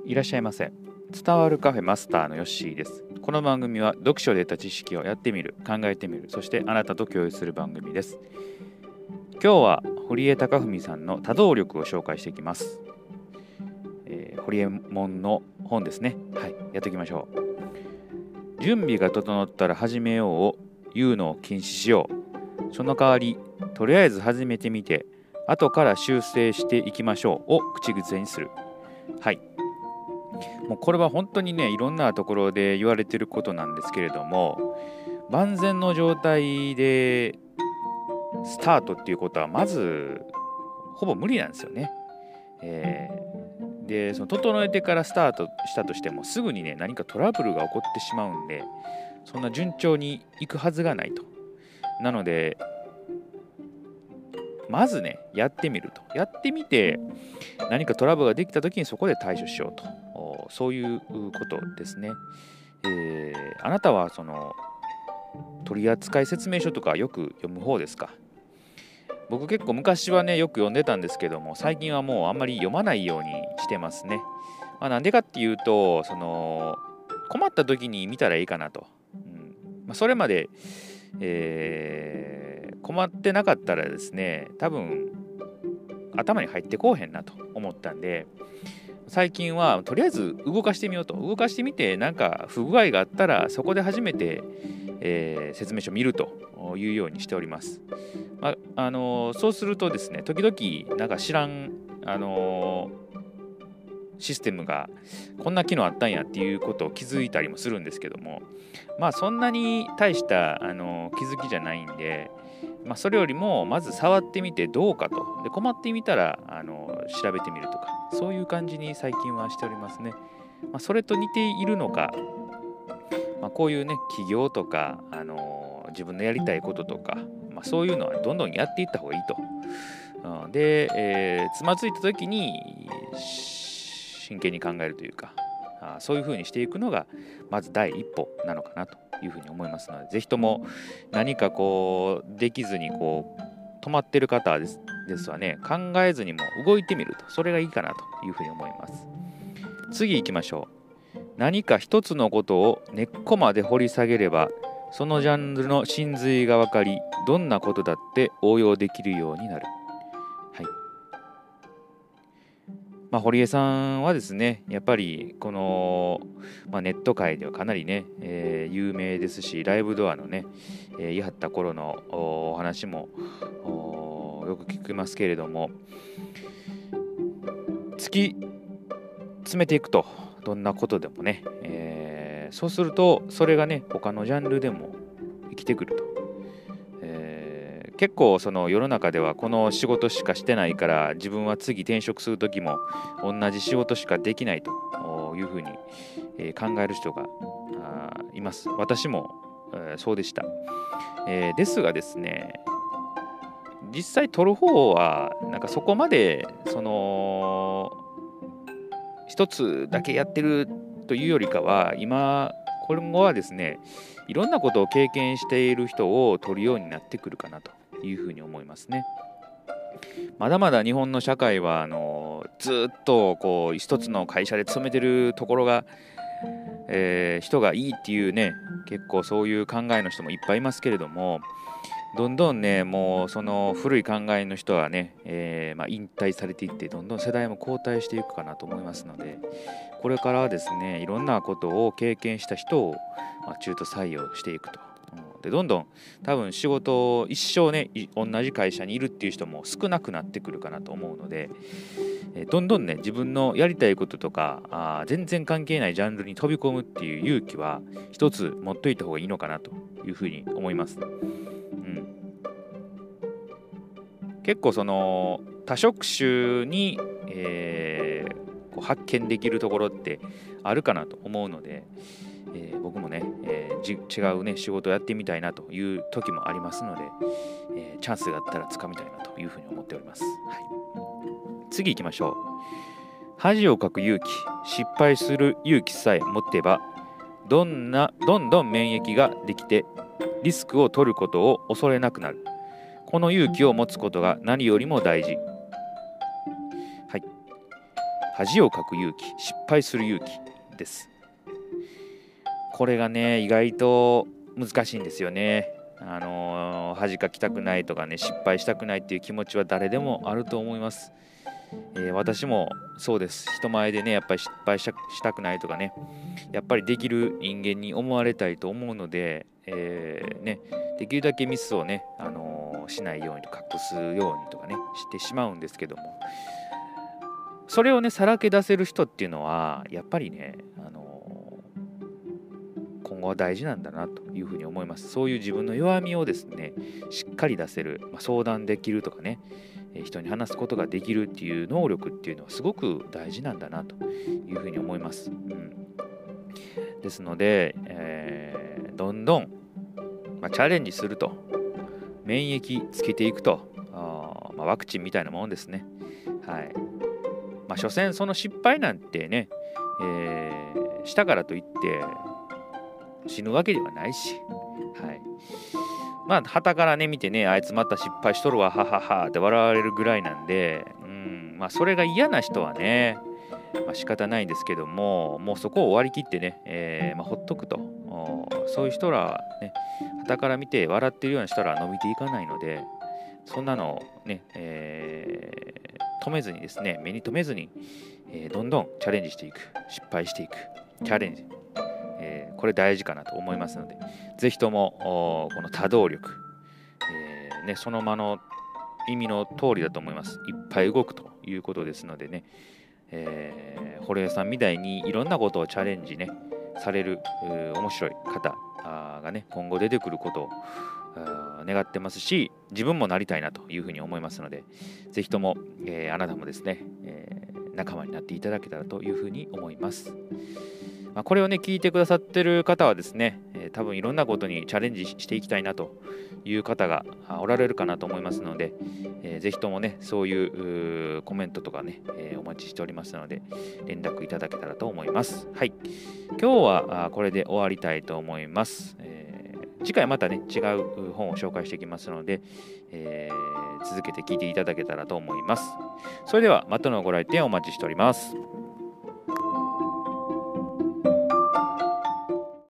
いらっしゃいませ。伝わるカフェマスターのヨッシーです。この番組は読書で得た知識をやってみる、考えてみる、そしてあなたと共有する番組です。今日は堀江貴文さんの多動力を紹介していきます。堀江門の本ですね。はい、やっていきましょう。準備が整ったら始めようを言うのを禁止しよう。その代わり、とりあえず始めてみて、後から修正していきましょうを口癖にする。はい。もうこれは本当にね、いろんなところで言われていることなんですけれども、万全の状態でスタートっていうことはまずほぼ無理なんですよね。で、その整えてからスタートしたとしてもすぐにね、何かトラブルが起こってしまうんで、そんな順調にいくはずがないと。なので、まずね、やってみると。やってみて、何かトラブルができたときにそこで対処しようと。そういうことですね。あなたはその取扱説明書とかよく読む方ですか？僕結構昔はね、よく読んでたんですけども、最近はもうあんまり読まないようにしてますね。なんでかっていうと、その困った時に見たらいいかなと。それまで、困ってなかったらですね、多分頭に入ってこうへんなと思ったんで、最近はとりあえず動かしてみようと。動かしてみて、なんか不具合があったらそこで初めて、説明書を見るというようにしております。そうするとですね、時々なんか知らん、システムがこんな機能あったんやっていうことを気づいたりもするんですけども、そんなに大した気づきじゃないんで、それよりもまず触ってみてどうかと。で、困ってみたら調べてみるとか、そういう感じに最近はしておりますね。それと似ているのか、こういうね、起業とか、自分のやりたいこととか、そういうのはどんどんやっていった方がいいと。で、つまずいた時に真剣に考えるというか、そういうふうにしていくのがまず第一歩なのかなというふうに思いますので、ぜひとも何かこうできずにこう止まってる方ですわね、考えずにも動いてみると、それがいいかなというふうに思います。次行きましょう。何か一つのことを根っこまで掘り下げれば、そのジャンルの真髄が分かり、どんなことだって応用できるようになる。はい。堀江さんはですね、やっぱりこの、ネット界ではかなりね、有名ですし、ライブドアのね、言い張った頃のお話もよく聞きますけれども、突き詰めていくと、どんなことでもね、そうするとそれがね、他のジャンルでも生きてくると。結構その世の中ではこの仕事しかしてないから自分は次転職する時も同じ仕事しかできないというふうに考える人がいます。私もそうでした。ですがですね、実際取る方はなんかそこまでその一つだけやってるというよりかは、今後はですね、いろんなことを経験している人を取るようになってくるかなというふうに思いますね。まだまだ日本の社会はずっとこう一つの会社で勤めてるところが、人がいいっていうね、結構そういう考えの人もいっぱいいますけれども、どんどんね、もうその古い考えの人はね、引退されていって、どんどん世代も交代していくかなと思いますので、これからはですね、いろんなことを経験した人を、中途採用していくと。で、どんどん多分仕事を一生ね、同じ会社にいるっていう人も少なくなってくるかなと思うので、どんどんね、自分のやりたいこととか、全然関係ないジャンルに飛び込むっていう勇気は一つ持っといた方がいいのかなというふうに思います。結構その多職種に、こう発見できるところってあるかなと思うので、僕もね、違うね仕事をやってみたいなという時もありますので、チャンスがあったら掴みたいなというふうに思っております。はい、次行きましょう。恥をかく勇気、失敗する勇気さえ持ってば、どんどん免疫ができてリスクを取ることを恐れなくなる。この勇気を持つことが何よりも大事。はい。 恥をかく勇気、失敗する勇気です。これがね意外と難しいんですよね。恥かきたくないとかね、失敗したくないっていう気持ちは誰でもあると思います。私もそうです。人前でねやっぱり失敗したくないとかね、やっぱりできる人間に思われたいと思うので、ね、できるだけミスをね、しないようにと隠すようにとかねしてしまうんですけども、それをねさらけ出せる人っていうのはやっぱりね、今後は大事なんだなというふうに思います。そういう自分の弱みをですねしっかり出せる、相談できるとかね、人に話すことができるっていう能力っていうのはすごく大事なんだなというふうに思います。ですので、どんどん、チャレンジすると、免疫つけていくと、ワクチンみたいなものですね。はい。所詮その失敗なんてね、したからといって死ぬわけではないし、はい。傍からね見てね、あいつまた失敗しとるわはははって笑われるぐらいなんで、それが嫌な人はね、仕方ないんですけども、もうそこを終わりきってね、ほっとくと、そういう人らはね、傍から見て笑ってるような人らは伸びていかないので、そんなのをね、止めずにですね、目に留めずに、どんどんチャレンジしていく、失敗していく、チャレンジ、これ大事かなと思いますので、ぜひともこの多動力、その間の意味の通りだと思います。いっぱい動くということですのでね、堀江さんみたいにいろんなことをチャレンジねされる面白い方がね今後出てくることを願ってますし、自分もなりたいなというふうに思いますので、ぜひとも、あなたもですね、仲間になっていただけたらというふうに思います。これをね聞いてくださってる方はですね、多分いろんなことにチャレンジしていきたいなという方がおられるかなと思いますので、ぜひともねそういうコメントとかね、お待ちしておりますので連絡いただけたらと思います。はい、今日はこれで終わりたいと思います。次回またね違う本を紹介していきますので、続けて聞いていただけたらと思います。それではまたのご来店お待ちしております。